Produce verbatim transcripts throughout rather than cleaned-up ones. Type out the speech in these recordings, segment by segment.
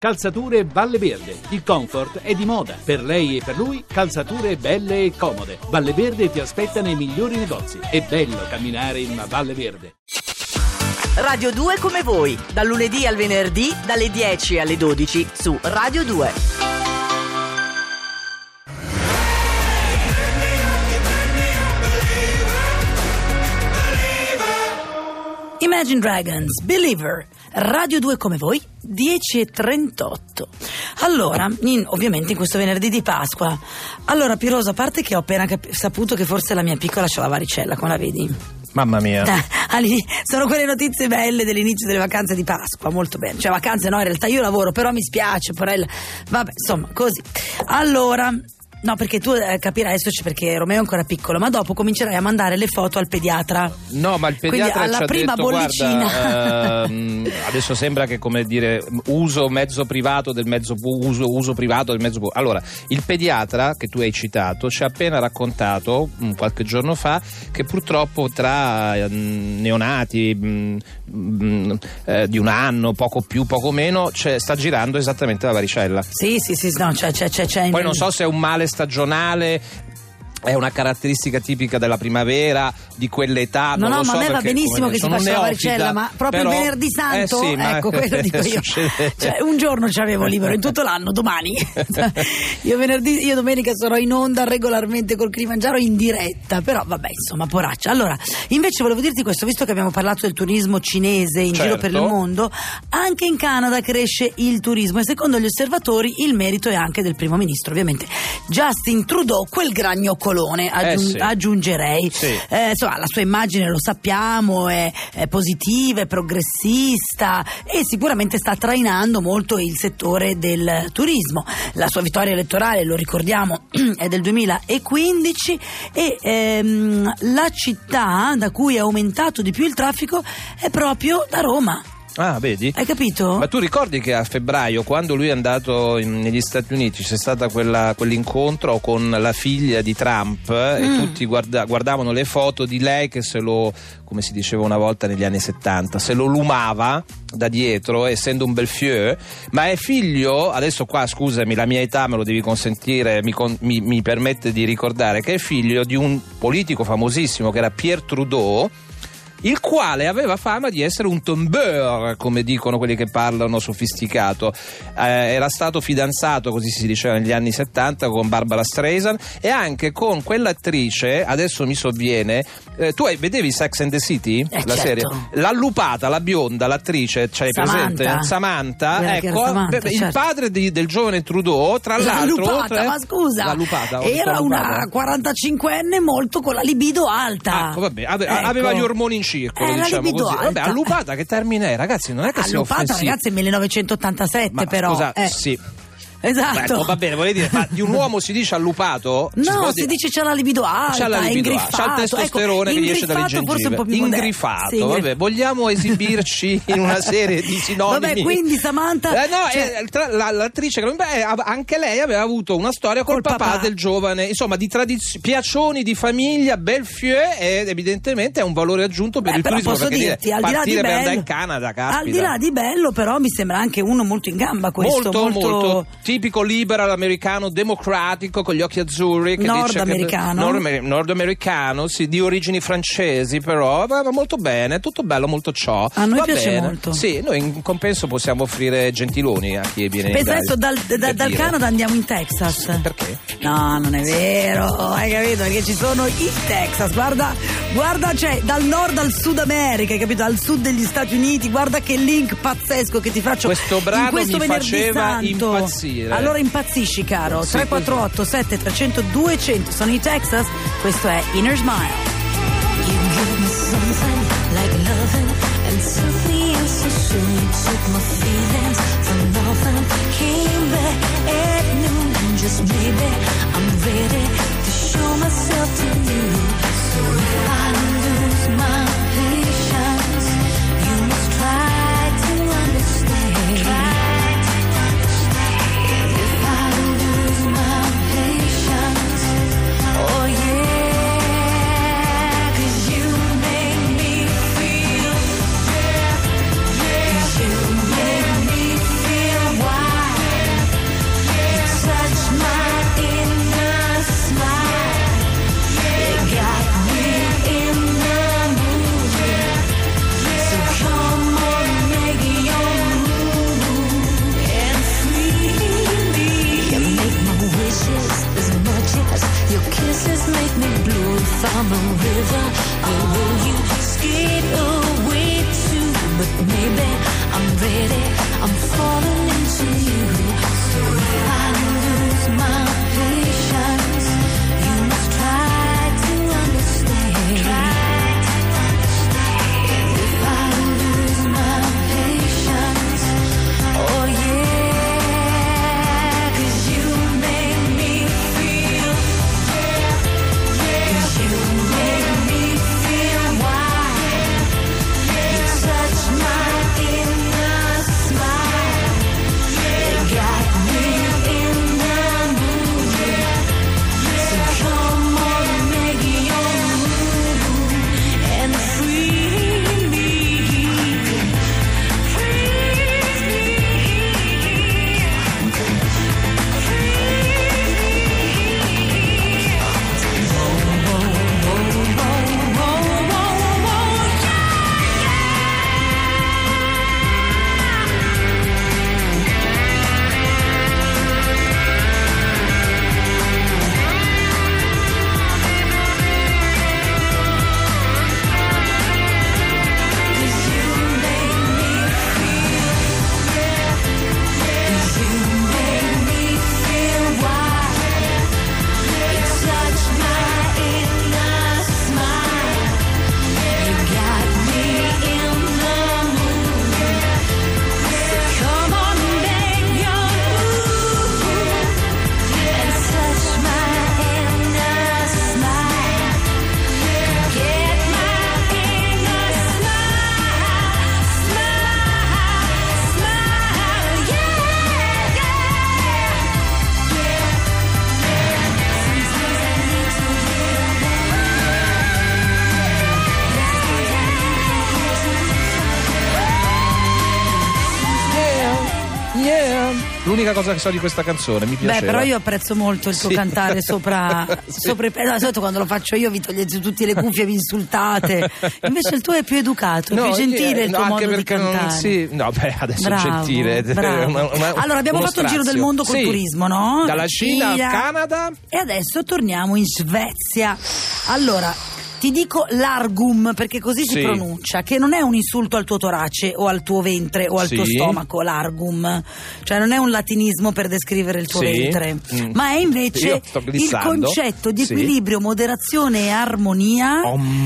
Calzature Valle Verde. Il comfort è di moda. Per lei e per lui, calzature belle e comode. Valle Verde ti aspetta nei migliori negozi. È bello camminare in una Valle Verde. Radio due come voi, dal lunedì al venerdì, dalle dieci alle dodici su Radio due. Imagine Dragons, Believer, Radio due come voi, dieci e trentotto. Allora, in, ovviamente in questo venerdì di Pasqua. Allora, Piroso, a parte che ho appena cap- saputo che forse la mia piccola c'ha la varicella, come la vedi? Mamma mia. Eh, sono quelle notizie belle dell'inizio delle vacanze di Pasqua, molto bene. Cioè vacanze no, in realtà io lavoro, però mi spiace, porella. Vabbè, insomma, così. Allora... No, perché tu eh, capirai adesso perché Romeo è ancora piccolo, ma dopo comincerai a mandare le foto al pediatra. No, ma il pediatra Quindi, alla ci ha prima detto, bollicina. guarda, ehm, adesso sembra che, come dire, uso mezzo privato del mezzo pu- uso, uso privato del mezzo pu- Allora, il pediatra che tu hai citato ci ha appena raccontato mh, qualche giorno fa che purtroppo tra eh, neonati mh, mh, eh, di un anno, poco più, poco meno, cioè, sta girando esattamente la varicella. Sì, sì, sì, no, c'è, c'è, c'è, c'è. Poi non so se è un male stagionale, è una caratteristica tipica della primavera, di quell'età. No, non no, lo ma so, a me va perché, benissimo che si sono faccia la neofita, varicella, ma proprio però, il venerdì santo, eh sì, ma ecco, quello dico io. Cioè, un giorno ci avevo libero in tutto l'anno, domani. io venerdì, io domenica sarò in onda regolarmente col Kilimangiaro in diretta, però vabbè, insomma, poraccia. Allora, invece volevo dirti questo, visto che abbiamo parlato del turismo cinese in certo. giro per il mondo, anche in Canada cresce il turismo e secondo gli osservatori il merito è anche del primo ministro, ovviamente Justin Trudeau, quel gragnocolone, aggiung- eh sì. aggiungerei. Sì. Eh, insomma, la sua immagine lo sappiamo, è, è positiva, è progressista e sicuramente sta trainando molto il settore del turismo. La sua vittoria elettorale, lo ricordiamo, è del duemilaquindici e ehm, la città da cui è aumentato di più il traffico è proprio da Roma. Ah, vedi? Hai capito? Ma tu ricordi che a febbraio, quando lui è andato in, negli Stati Uniti, c'è stato quell'incontro con la figlia di Trump mm. e tutti guarda, guardavano le foto di lei che se lo, come si diceva una volta negli anni settanta, se lo lumava da dietro, essendo un bel fieu, ma è figlio, adesso qua scusami, la mia età me lo devi consentire, mi, con, mi, mi permette di ricordare che è figlio di un politico famosissimo che era Pierre Trudeau, il quale aveva fama di essere un tombeur, come dicono quelli che parlano sofisticato. Eh, era stato fidanzato, così si diceva negli anni settanta, con Barbara Streisand e anche con quell'attrice, adesso mi sovviene, eh, tu hai, vedevi Sex and the City? Eh, la certo. serie? La lupata, la bionda, l'attrice, c'hai Samantha. presente? Samantha, Quella che era ecco, Samantha, beh, certo. il padre di, del giovane Trudeau, tra La l'altro... lupata, oltre, ma scusa, la lupata, era lupata. una quarantacinquenne molto con la libido alta. Ecco, vabbè, ave- Ecco. aveva gli ormoni in circolo, Eh, la diciamo libido così. Vabbè, alta. allupata che termine è, ragazzi, non è che sia Allupata, offensivo. ragazzi, è millenovecentottantasette. Ma però scusa, eh. sì. Esatto. Beh, va bene, volevo dire, ma di un uomo si dice allupato? No, si, dire... dice c'ha la libido alta, c'ha la libido è alta, c'ha il ingriffato. testosterone ecco, che gli esce dalle ingrifato forse un gengive. po' più moderno. Ingrifato, Sì, ingrif- vabbè, vogliamo esibirci in una serie di sinonimi. Vabbè, quindi Samantha, eh, no, cioè... eh, tra, la, l'attrice che beh, anche lei aveva avuto una storia col, Col papà, papà. del giovane, insomma, di tradizioni, piacioni di famiglia, bel fieu, ed evidentemente è un valore aggiunto per Beh, il però turismo, posso perché dirti, dire, al di là di partire per bello, andare in Canada, caspita. al di là di bello, però mi sembra anche uno molto in gamba questo, molto, molto, molto tipico liberal americano democratico con gli occhi azzurri, che nordamericano, dice che, nord, nordamericano, sì, di origini francesi, però va, va molto bene, tutto bello, molto ciò. A noi va piace bene. molto. Sì, noi in compenso possiamo offrire gentiloni a chi viene in pensa Italia. adesso dal, da, dal dire. Canada andiamo in Texas. Perché? No, non è vero, hai capito? Perché ci sono i Texas, guarda, guarda, cioè dal nord al sud America, hai capito? Al sud degli Stati Uniti, guarda che link pazzesco che ti faccio. Questo brano in questo mi venerdì faceva santo. impazzire. Allora impazzisci, caro. Sì, tre quattro otto sette tre zero zero due zero zero sono i Texas, questo è Inner Smile. You give me something like loving and took me in so soon. You took my feelings from nothing, came back at noon, and just maybe I'm ready to show myself to you. So if I lose my patience, you must try to understand. Try to understand. If I lose my patience, oh yeah. You make me river, where will you skate away to? But maybe I'm ready, I'm falling into you. So if I lose my patience, you must try to understand. Try to understand. And if I lose my patience, oh yeah, 'cause you make me feel, yeah, yeah, 'cause you make me feel wild, yeah, you touch my inner smile, yeah, you got me in the mood, yeah, so come on, make your move and free me, freeze me, L'unica cosa che so di questa canzone, mi piaceva. Beh, però io apprezzo molto il tuo Sì. cantare sopra, Sì. sopra i- no, di solito quando lo faccio io vi togliete tutte le cuffie, vi insultate. Invece il tuo è più educato, No, più gentile eh, il tuo no, modo anche di perché non- cantare. sì, no, beh, adesso Bravo, è gentile. bravo. Una- una- Allora abbiamo uno fatto il giro del strazio. mondo col Sì. turismo, no? Dalla Cina al Cina. Canada. E adesso torniamo in Svezia. Allora, ti dico largum perché così si Sì. pronuncia, che non è un insulto al tuo torace o al tuo ventre o al Sì. tuo stomaco, largum. Cioè non è un latinismo per descrivere il tuo Sì. ventre, Mm. ma è invece Io sto il glissando. concetto di Sì. equilibrio, moderazione e armonia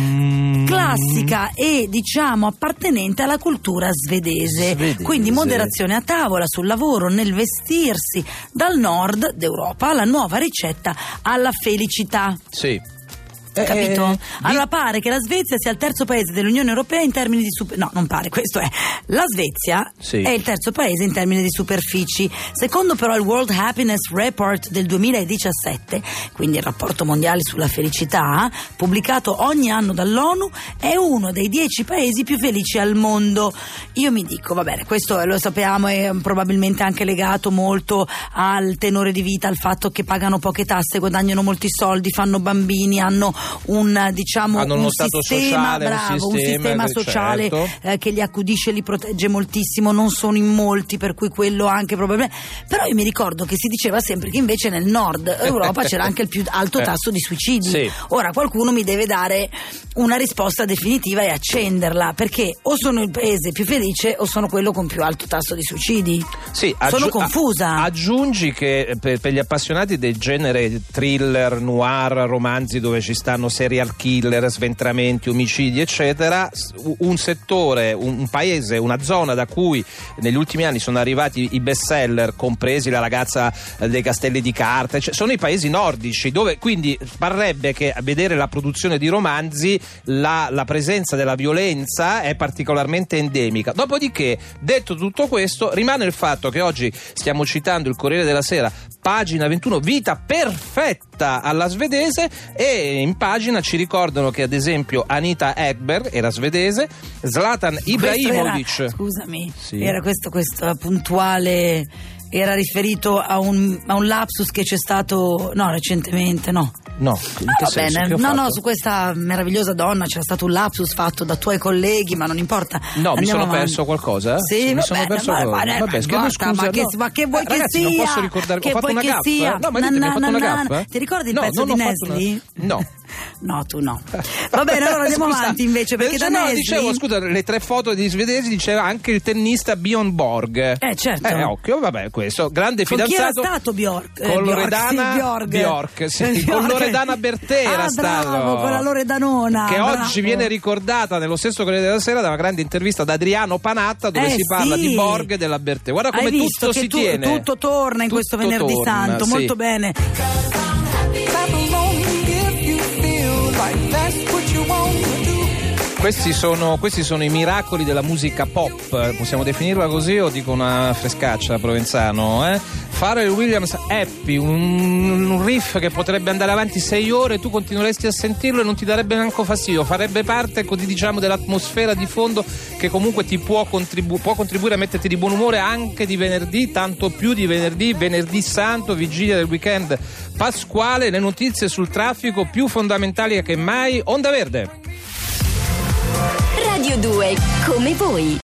Om. classica e diciamo appartenente alla cultura svedese. Svedese. Quindi moderazione a tavola, sul lavoro, nel vestirsi, dal nord d'Europa alla nuova ricetta alla felicità. Sì. Capito? Eh, Allora pare che la Svezia sia il terzo paese dell'Unione Europea in termini di super... no, non pare, questo è. La Svezia Sì. è il terzo paese in termini di superfici. Secondo però il World Happiness Report del duemiladiciassette, quindi il rapporto mondiale sulla felicità, pubblicato ogni anno dall'ONU, è uno dei dieci paesi più felici al mondo. Io mi dico, va bene, questo lo sappiamo, è probabilmente anche legato molto al tenore di vita, al fatto che pagano poche tasse, guadagnano molti soldi, fanno bambini, hanno un diciamo Hanno uno un stato sistema sociale, un bravo, un sistema, sistema certo. sociale eh, che li accudisce, li protegge moltissimo, non sono in molti, per cui quello anche probabilmente. Però io mi ricordo che si diceva sempre che invece nel nord Europa c'era anche il più alto tasso di suicidi. Sì. Ora qualcuno mi deve dare una risposta definitiva e accenderla, perché o sono il paese più felice o sono quello con più alto tasso di suicidi. Sì, Sono aggiu- confusa. a- aggiungi che per, per gli appassionati del genere thriller, noir, romanzi dove ci stanno serial killer, sventramenti, omicidi eccetera, s- un settore, un, un paese, una zona da cui negli ultimi anni sono arrivati i best seller, compresi La ragazza eh, dei castelli di carta, cioè, sono i paesi nordici, dove quindi parrebbe che a vedere la produzione di romanzi la, la presenza della violenza è particolarmente endemica. Dopodiché, detto tutto questo, rimane il fatto che oggi stiamo citando il Corriere della Sera, pagina ventuno, vita perfetta alla svedese, e in pagina ci ricordano che ad esempio Anita Ekberg era svedese, Zlatan Ibrahimovic Era, scusami, Sì. era questo, questo puntuale, era riferito a un, a un lapsus che c'è stato, no, recentemente, no. no, in che Va senso? bene, Che ho no, fatto? no, su questa meravigliosa donna c'era stato un lapsus fatto da tuoi colleghi, ma non importa. No, mi Andiamo sono avanti. perso qualcosa? Sì, mi va sono bene, perso ma- qualcosa. ma- Vabbè, ma chiedo guarda, scusa. ma che, no. ma che vuoi Eh, che ragazzi, sia? non posso ricordare, Che ho fatto vuoi una che gaffa. sia? No, ma ditemi, ho fatto Na, una na, na, gaffa? Ti ricordi il No, pezzo non di ho fatto Nesli? una- No. No, tu no. Va bene, allora andiamo Scusa, avanti invece, perché da no, Nesli... dicevo, scusa, le tre foto degli svedesi diceva anche il tennista Bjorn Borg. Eh, certo. Eh, occhio, vabbè, questo, grande Con fidanzato. chi era stato Bjork? Eh, Con Bjork, Loredana sì, Bjork. Bjork, sì, Bjork. con Loredana Bertè era ah, stato. bravo, con la Loredanona. Che bravo. oggi viene ricordata nello stesso Corriere della Sera da una grande intervista ad Adriano Panatta dove Eh, si parla sì. di Borg e della Bertè. Guarda come Hai visto tutto che si tu- tiene. tutto torna in Tutto questo venerdì torna, santo, sì. molto bene. Questi sono, questi sono i miracoli della musica pop, possiamo definirla così o dico una frescaccia Provenzano? Eh? Pharrell Williams Happy, un, un riff che potrebbe andare avanti sei ore, tu continueresti a sentirlo e non ti darebbe neanche fastidio, farebbe parte così, diciamo, dell'atmosfera di fondo che comunque ti può, contribu- può contribuire a metterti di buon umore anche di venerdì, tanto più di venerdì, venerdì santo, vigilia del weekend pasquale, le notizie sul traffico più fondamentali che mai. Onda Verde. Radio due, come voi.